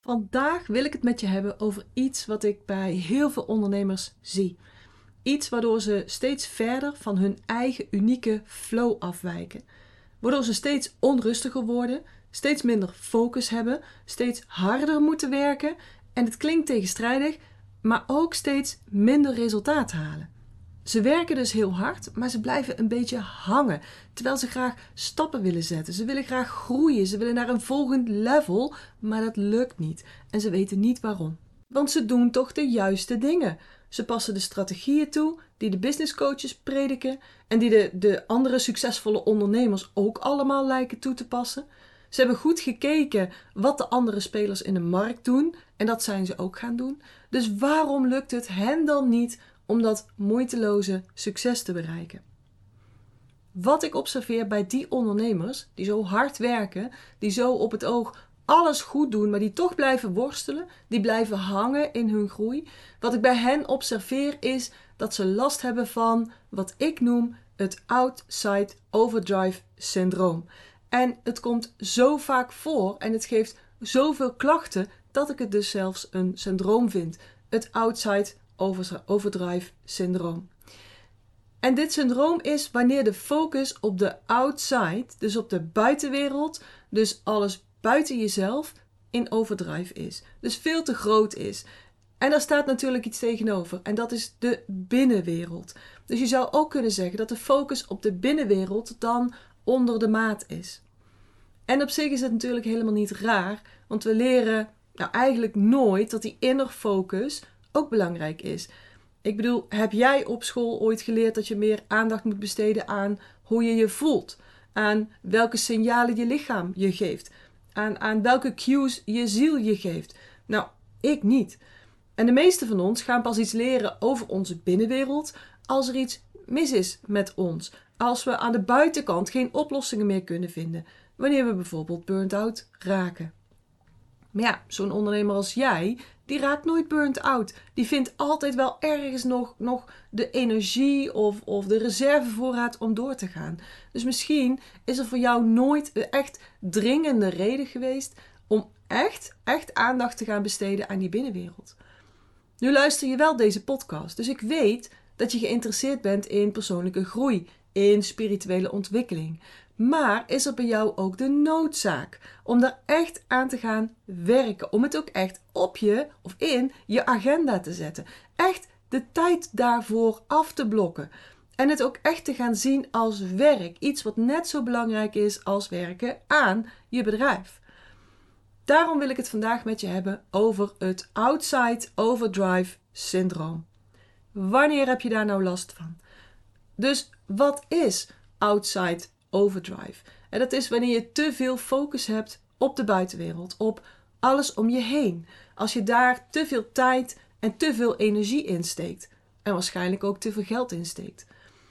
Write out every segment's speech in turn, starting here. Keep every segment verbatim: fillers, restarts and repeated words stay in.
Vandaag wil ik het met je hebben over iets wat ik bij heel veel ondernemers zie. Iets waardoor ze steeds verder van hun eigen unieke flow afwijken. Waardoor ze steeds onrustiger worden, steeds minder focus hebben, steeds harder moeten werken en het klinkt tegenstrijdig, maar ook steeds minder resultaat halen. Ze werken dus heel hard, maar ze blijven een beetje hangen, terwijl ze graag stappen willen zetten. Ze willen graag groeien, ze willen naar een volgend level, maar dat lukt niet. En ze weten niet waarom. Want ze doen toch de juiste dingen. Ze passen de strategieën toe die de business coaches prediken en die de, de andere succesvolle ondernemers ook allemaal lijken toe te passen. Ze hebben goed gekeken wat de andere spelers in de markt doen en dat zijn ze ook gaan doen. Dus waarom lukt het hen dan niet om dat moeiteloze succes te bereiken? Wat ik observeer bij die ondernemers die zo hard werken, die zo op het oog alles goed doen, maar die toch blijven worstelen, die blijven hangen in hun groei. Wat ik bij hen observeer is dat ze last hebben van wat ik noem het outside overdrive syndroom. En het komt zo vaak voor en het geeft zoveel klachten dat ik het dus zelfs een syndroom vind. Het outside overdrive syndroom. En dit syndroom is wanneer de focus op de outside, dus op de buitenwereld, dus alles buiten jezelf, in overdrive is. Dus veel te groot is. En daar staat natuurlijk iets tegenover. En dat is de binnenwereld. Dus je zou ook kunnen zeggen dat de focus op de binnenwereld dan onder de maat is. En op zich is het natuurlijk helemaal niet raar. Want we leren nou eigenlijk nooit dat die inner focus ook belangrijk is. Ik bedoel, heb jij op school ooit geleerd dat je meer aandacht moet besteden aan hoe je je voelt? Aan welke signalen je lichaam je geeft? Aan, aan welke cues je ziel je geeft? Nou, ik niet. En de meeste van ons gaan pas iets leren over onze binnenwereld als er iets mis is met ons. Als we aan de buitenkant geen oplossingen meer kunnen vinden. Wanneer we bijvoorbeeld burnt-out raken. Maar ja, zo'n ondernemer als jij, die raakt nooit burnt-out. Die vindt altijd wel ergens nog, nog de energie of, of de reservevoorraad om door te gaan. Dus misschien is er voor jou nooit een echt dringende reden geweest om echt, echt aandacht te gaan besteden aan die binnenwereld. Nu luister je wel deze podcast, dus ik weet dat je geïnteresseerd bent in persoonlijke groei, in spirituele ontwikkeling. Maar is er bij jou ook de noodzaak om daar echt aan te gaan werken? Om het ook echt op je of in je agenda te zetten. Echt de tijd daarvoor af te blokken. En het ook echt te gaan zien als werk. Iets wat net zo belangrijk is als werken aan je bedrijf. Daarom wil ik het vandaag met je hebben over het outside overdrive syndroom. Wanneer heb je daar nou last van? Dus wat is outside overdrive? En dat is wanneer je te veel focus hebt op de buitenwereld, op alles om je heen. Als je daar te veel tijd en te veel energie in steekt. En waarschijnlijk ook te veel geld in steekt.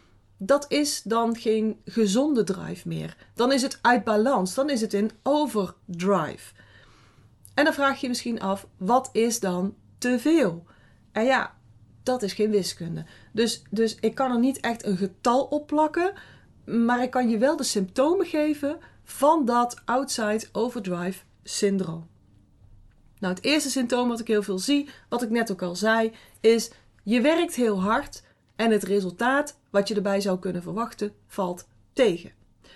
Dat is dan geen gezonde drive meer. Dan is het uit balans. Dan is het in overdrive. En dan vraag je je misschien af, wat is dan te veel? En ja, dat is geen wiskunde. Dus, dus ik kan er niet echt een getal op plakken, maar ik kan je wel de symptomen geven van dat outside overdrive syndroom. Nou, het eerste symptoom wat ik heel veel zie, wat ik net ook al zei, is je werkt heel hard en het resultaat wat je erbij zou kunnen verwachten, valt tegen.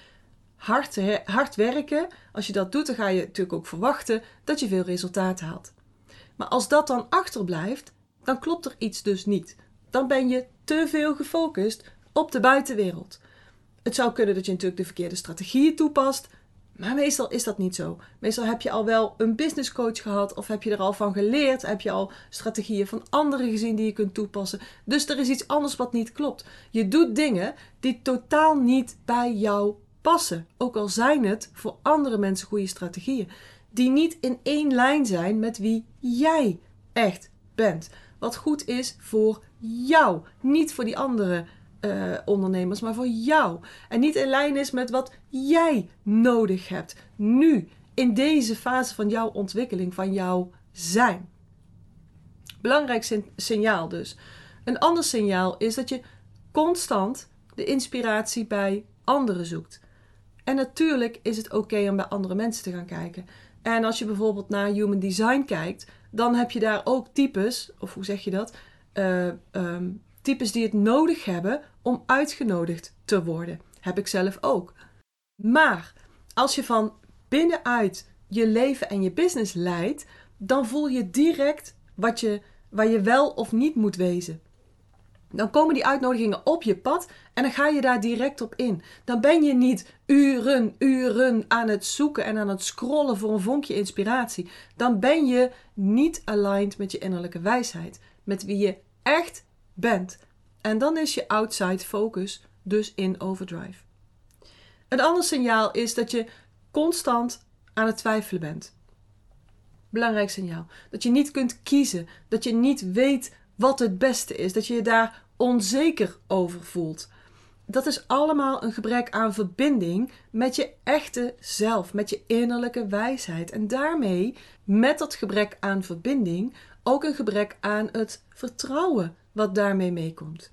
Hard, hard werken, als je dat doet, dan ga je natuurlijk ook verwachten dat je veel resultaat haalt. Maar als dat dan achterblijft, dan klopt er iets dus niet. Dan ben je te veel gefocust op de buitenwereld. Het zou kunnen dat je natuurlijk de verkeerde strategieën toepast, maar meestal is dat niet zo. Meestal heb je al wel een business coach gehad of heb je er al van geleerd, heb je al strategieën van anderen gezien die je kunt toepassen. Dus er is iets anders wat niet klopt. Je doet dingen die totaal niet bij jou passen. Ook al zijn het voor andere mensen goede strategieën. Die niet in één lijn zijn met wie jij echt bent. Wat goed is voor jou. Niet voor die andere uh, ondernemers, maar voor jou. En niet in lijn is met wat jij nodig hebt. Nu, in deze fase van jouw ontwikkeling, van jouw zijn. Belangrijk signaal dus. Een ander signaal is dat je constant de inspiratie bij anderen zoekt. En natuurlijk is het oké om bij andere mensen te gaan kijken. En als je bijvoorbeeld naar Human Design kijkt, dan heb je daar ook types, of hoe zeg je dat? Uh, um, types die het nodig hebben om uitgenodigd te worden. Heb ik zelf ook. Maar als je van binnenuit je leven en je business leidt, dan voel je direct wat je, waar je wel of niet moet wezen. Dan komen die uitnodigingen op je pad en dan ga je daar direct op in. Dan ben je niet uren, uren aan het zoeken en aan het scrollen voor een vonkje inspiratie. Dan ben je niet aligned met je innerlijke wijsheid. Met wie je echt bent. En dan is je outside focus dus in overdrive. Een ander signaal is dat je constant aan het twijfelen bent. Belangrijk signaal. Dat je niet kunt kiezen. Dat je niet weet wat het beste is. Dat je je daar onzeker over voelt. Dat is allemaal een gebrek aan verbinding met je echte zelf. Met je innerlijke wijsheid. En daarmee, met dat gebrek aan verbinding, ook een gebrek aan het vertrouwen wat daarmee meekomt.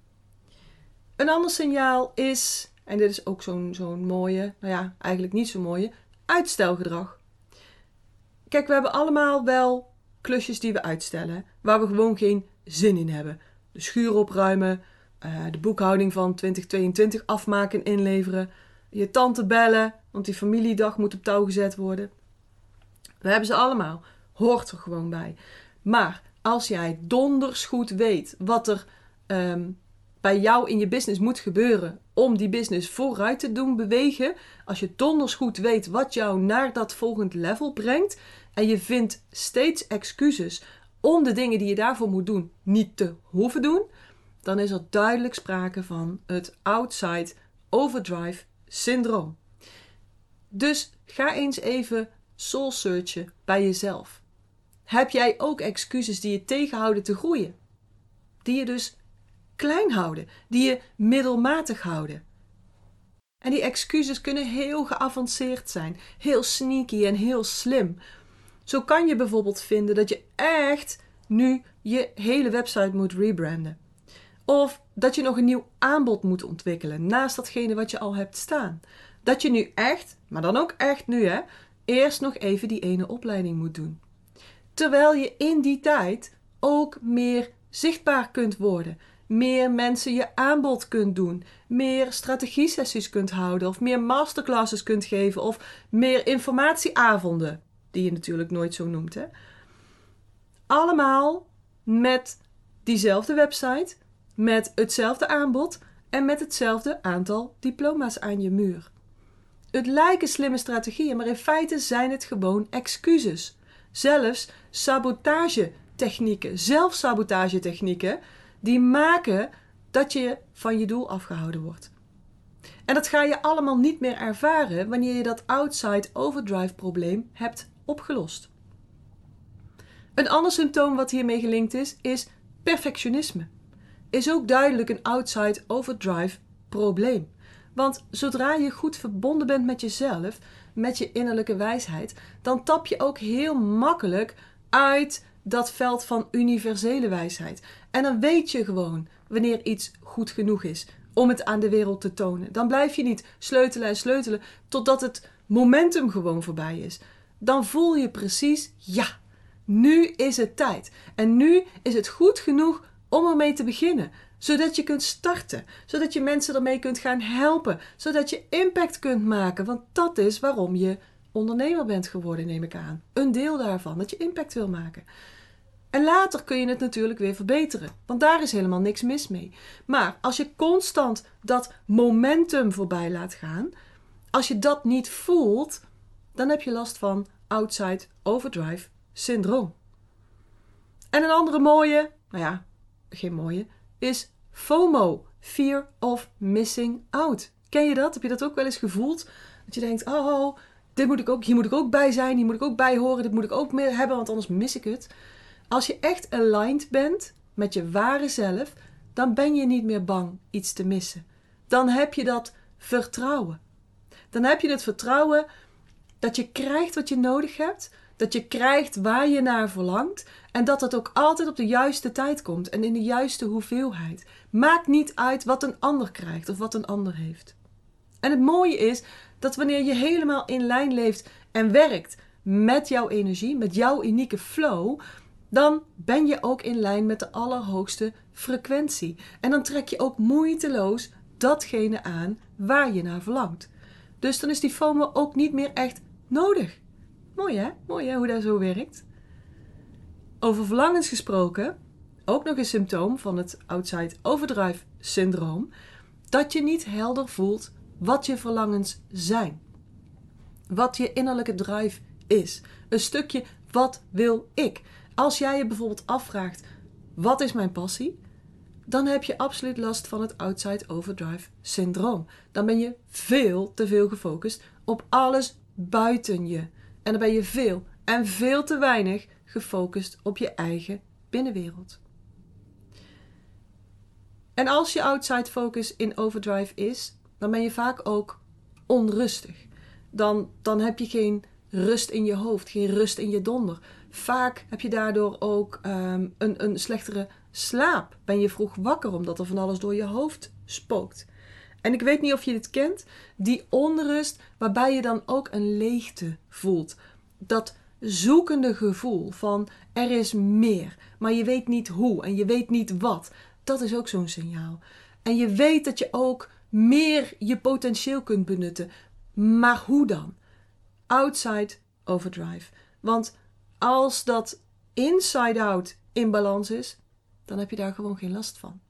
Een ander signaal is, en dit is ook zo'n, zo'n mooie, nou ja, eigenlijk niet zo mooie, uitstelgedrag. Kijk, we hebben allemaal wel klusjes die we uitstellen, waar we gewoon geen zin in hebben. De schuur opruimen, uh, de boekhouding van twintig tweeëntwintig afmaken en inleveren, je tante bellen, want die familiedag moet op touw gezet worden. We hebben ze allemaal, hoort er gewoon bij. Maar als jij donders goed weet wat er um, bij jou in je business moet gebeuren om die business vooruit te doen bewegen, als je donders goed weet wat jou naar dat volgend level brengt en je vindt steeds excuses om de dingen die je daarvoor moet doen niet te hoeven doen, dan is er duidelijk sprake van het outside overdrive syndroom. Dus ga eens even soul searchen bij jezelf. Heb jij ook excuses die je tegenhouden te groeien? Die je dus klein houden, die je middelmatig houden. En die excuses kunnen heel geavanceerd zijn, heel sneaky en heel slim. Zo kan je bijvoorbeeld vinden dat je echt nu je hele website moet rebranden. Of dat je nog een nieuw aanbod moet ontwikkelen naast datgene wat je al hebt staan. Dat je nu echt, maar dan ook echt nu hè, eerst nog even die ene opleiding moet doen. Terwijl je in die tijd ook meer zichtbaar kunt worden. Meer mensen je aanbod kunt doen. Meer strategiesessies kunt houden. Of meer masterclasses kunt geven. Of meer informatieavonden. Die je natuurlijk nooit zo noemt. Hè? Allemaal met diezelfde website. Met hetzelfde aanbod. En met hetzelfde aantal diploma's aan je muur. Het lijken slimme strategieën. Maar in feite zijn het gewoon excuses. Zelfs sabotagetechnieken. Zelfsabotagetechnieken. Die maken dat je van je doel afgehouden wordt. En dat ga je allemaal niet meer ervaren wanneer je dat outside overdrive probleem hebt opgelost. Een ander symptoom wat hiermee gelinkt is, is perfectionisme. Is ook duidelijk een outside overdrive probleem. Want zodra je goed verbonden bent met jezelf, met je innerlijke wijsheid, dan tap je ook heel makkelijk uit dat veld van universele wijsheid. En dan weet je gewoon wanneer iets goed genoeg is om het aan de wereld te tonen. Dan blijf je niet sleutelen en sleutelen totdat het momentum gewoon voorbij is. Dan voel je precies, ja, nu is het tijd. En nu is het goed genoeg om ermee te beginnen. Zodat je kunt starten. Zodat je mensen ermee kunt gaan helpen. Zodat je impact kunt maken. Want dat is waarom je ondernemer bent geworden, neem ik aan. Een deel daarvan, dat je impact wil maken. En later kun je het natuurlijk weer verbeteren. Want daar is helemaal niks mis mee. Maar als je constant dat momentum voorbij laat gaan, als je dat niet voelt, dan heb je last van outside overdrive syndroom. En een andere mooie, nou ja, geen mooie, is FOMO, Fear of Missing Out. Ken je dat? Heb je dat ook wel eens gevoeld? Dat je denkt, oh, dit moet ik ook, hier moet ik ook bij zijn, hier moet ik ook bij horen, dit moet ik ook meer hebben, want anders mis ik het. Als je echt aligned bent met je ware zelf, dan ben je niet meer bang iets te missen. Dan heb je dat vertrouwen. Dan heb je het vertrouwen dat je krijgt wat je nodig hebt, dat je krijgt waar je naar verlangt en dat het ook altijd op de juiste tijd komt en in de juiste hoeveelheid. Maakt niet uit wat een ander krijgt of wat een ander heeft. En het mooie is dat wanneer je helemaal in lijn leeft en werkt met jouw energie, met jouw unieke flow, dan ben je ook in lijn met de allerhoogste frequentie. En dan trek je ook moeiteloos datgene aan waar je naar verlangt. Dus dan is die FOMO ook niet meer echt nodig. Mooi hè? Mooi hè, hoe dat zo werkt. Over verlangens gesproken, ook nog een symptoom van het Outside Overdrive syndroom, dat je niet helder voelt wat je verlangens zijn. Wat je innerlijke drive is. Een stukje, wat wil ik? Als jij je bijvoorbeeld afvraagt, wat is mijn passie? Dan heb je absoluut last van het Outside Overdrive syndroom. Dan ben je veel te veel gefocust op alles buiten je. En dan ben je veel en veel te weinig gefocust op je eigen binnenwereld. En als je outside focus in overdrive is, dan ben je vaak ook onrustig. Dan, dan heb je geen rust in je hoofd, geen rust in je donder. Vaak heb je daardoor ook um, een, een slechtere slaap. Ben je vroeg wakker omdat er van alles door je hoofd spookt. En ik weet niet of je dit kent, die onrust waarbij je dan ook een leegte voelt. Dat zoekende gevoel van er is meer, maar je weet niet hoe en je weet niet wat. Dat is ook zo'n signaal. En je weet dat je ook meer je potentieel kunt benutten. Maar hoe dan? Outside overdrive. Want als dat inside-out in balans is, dan heb je daar gewoon geen last van.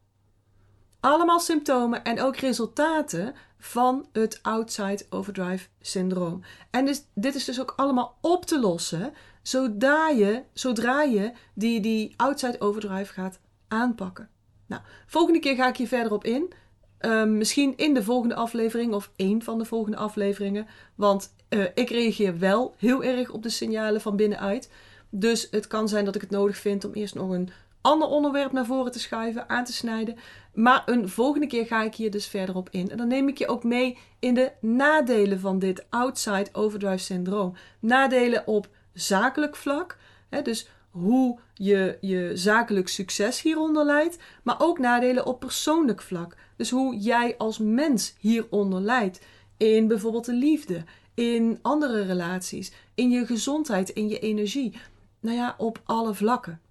Allemaal symptomen en ook resultaten van het outside overdrive syndroom. En dus, dit is dus ook allemaal op te lossen zodra je, zodra je die, die outside overdrive gaat aanpakken. Nou, volgende keer ga ik hier verder op in. Uh, misschien in de volgende aflevering of één van de volgende afleveringen. Want uh, ik reageer wel heel erg op de signalen van binnenuit. Dus het kan zijn dat ik het nodig vind om eerst nog een ander onderwerp naar voren te schuiven, aan te snijden. Maar een volgende keer ga ik hier dus verder op in. En dan neem ik je ook mee in de nadelen van dit outside overdrive syndroom. Nadelen op zakelijk vlak. Hè, dus hoe je je zakelijk succes hieronder leidt. Maar ook nadelen op persoonlijk vlak. Dus hoe jij als mens hieronder leidt. In bijvoorbeeld de liefde. In andere relaties. In je gezondheid. In je energie. Nou ja, op alle vlakken.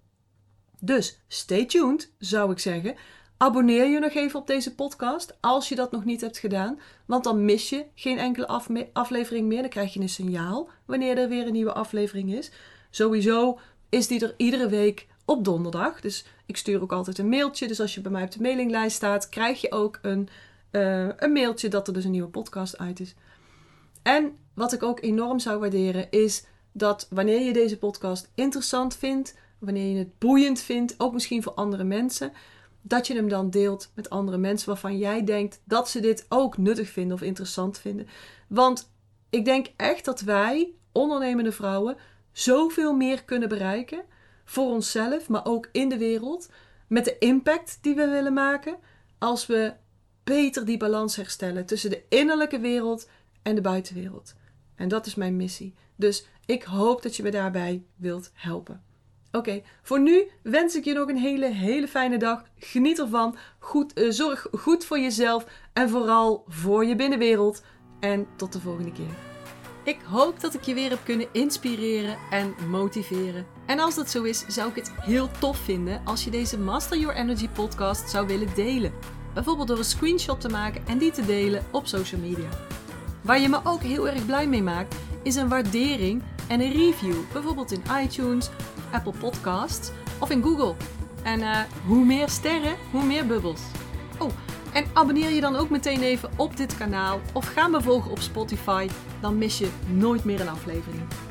Dus stay tuned, zou ik zeggen. Abonneer je nog even op deze podcast als je dat nog niet hebt gedaan. Want dan mis je geen enkele afme- aflevering meer. Dan krijg je een signaal wanneer er weer een nieuwe aflevering is. Sowieso is die er iedere week op donderdag. Dus ik stuur ook altijd een mailtje. Dus als je bij mij op de mailinglijst staat, krijg je ook een, uh, een mailtje dat er dus een nieuwe podcast uit is. En wat ik ook enorm zou waarderen is dat wanneer je deze podcast interessant vindt, wanneer je het boeiend vindt, ook misschien voor andere mensen, dat je hem dan deelt met andere mensen waarvan jij denkt dat ze dit ook nuttig vinden of interessant vinden. Want ik denk echt dat wij, ondernemende vrouwen, zoveel meer kunnen bereiken voor onszelf, maar ook in de wereld, met de impact die we willen maken, als we beter die balans herstellen tussen de innerlijke wereld en de buitenwereld. En dat is mijn missie. Dus ik hoop dat je me daarbij wilt helpen. Oké, okay, voor nu wens ik je nog een hele, hele fijne dag. Geniet ervan. Goed, uh, zorg goed voor jezelf en vooral voor je binnenwereld. En tot de volgende keer. Ik hoop dat ik je weer heb kunnen inspireren en motiveren. En als dat zo is, zou ik het heel tof vinden als je deze Master Your Energy podcast zou willen delen. Bijvoorbeeld door een screenshot te maken en die te delen op social media. Waar je me ook heel erg blij mee maakt, is een waardering en een review. Bijvoorbeeld in iTunes, Apple Podcasts of in Google. En uh, hoe meer sterren, hoe meer bubbels. Oh, en abonneer je dan ook meteen even op dit kanaal of ga me volgen op Spotify. Dan mis je nooit meer een aflevering.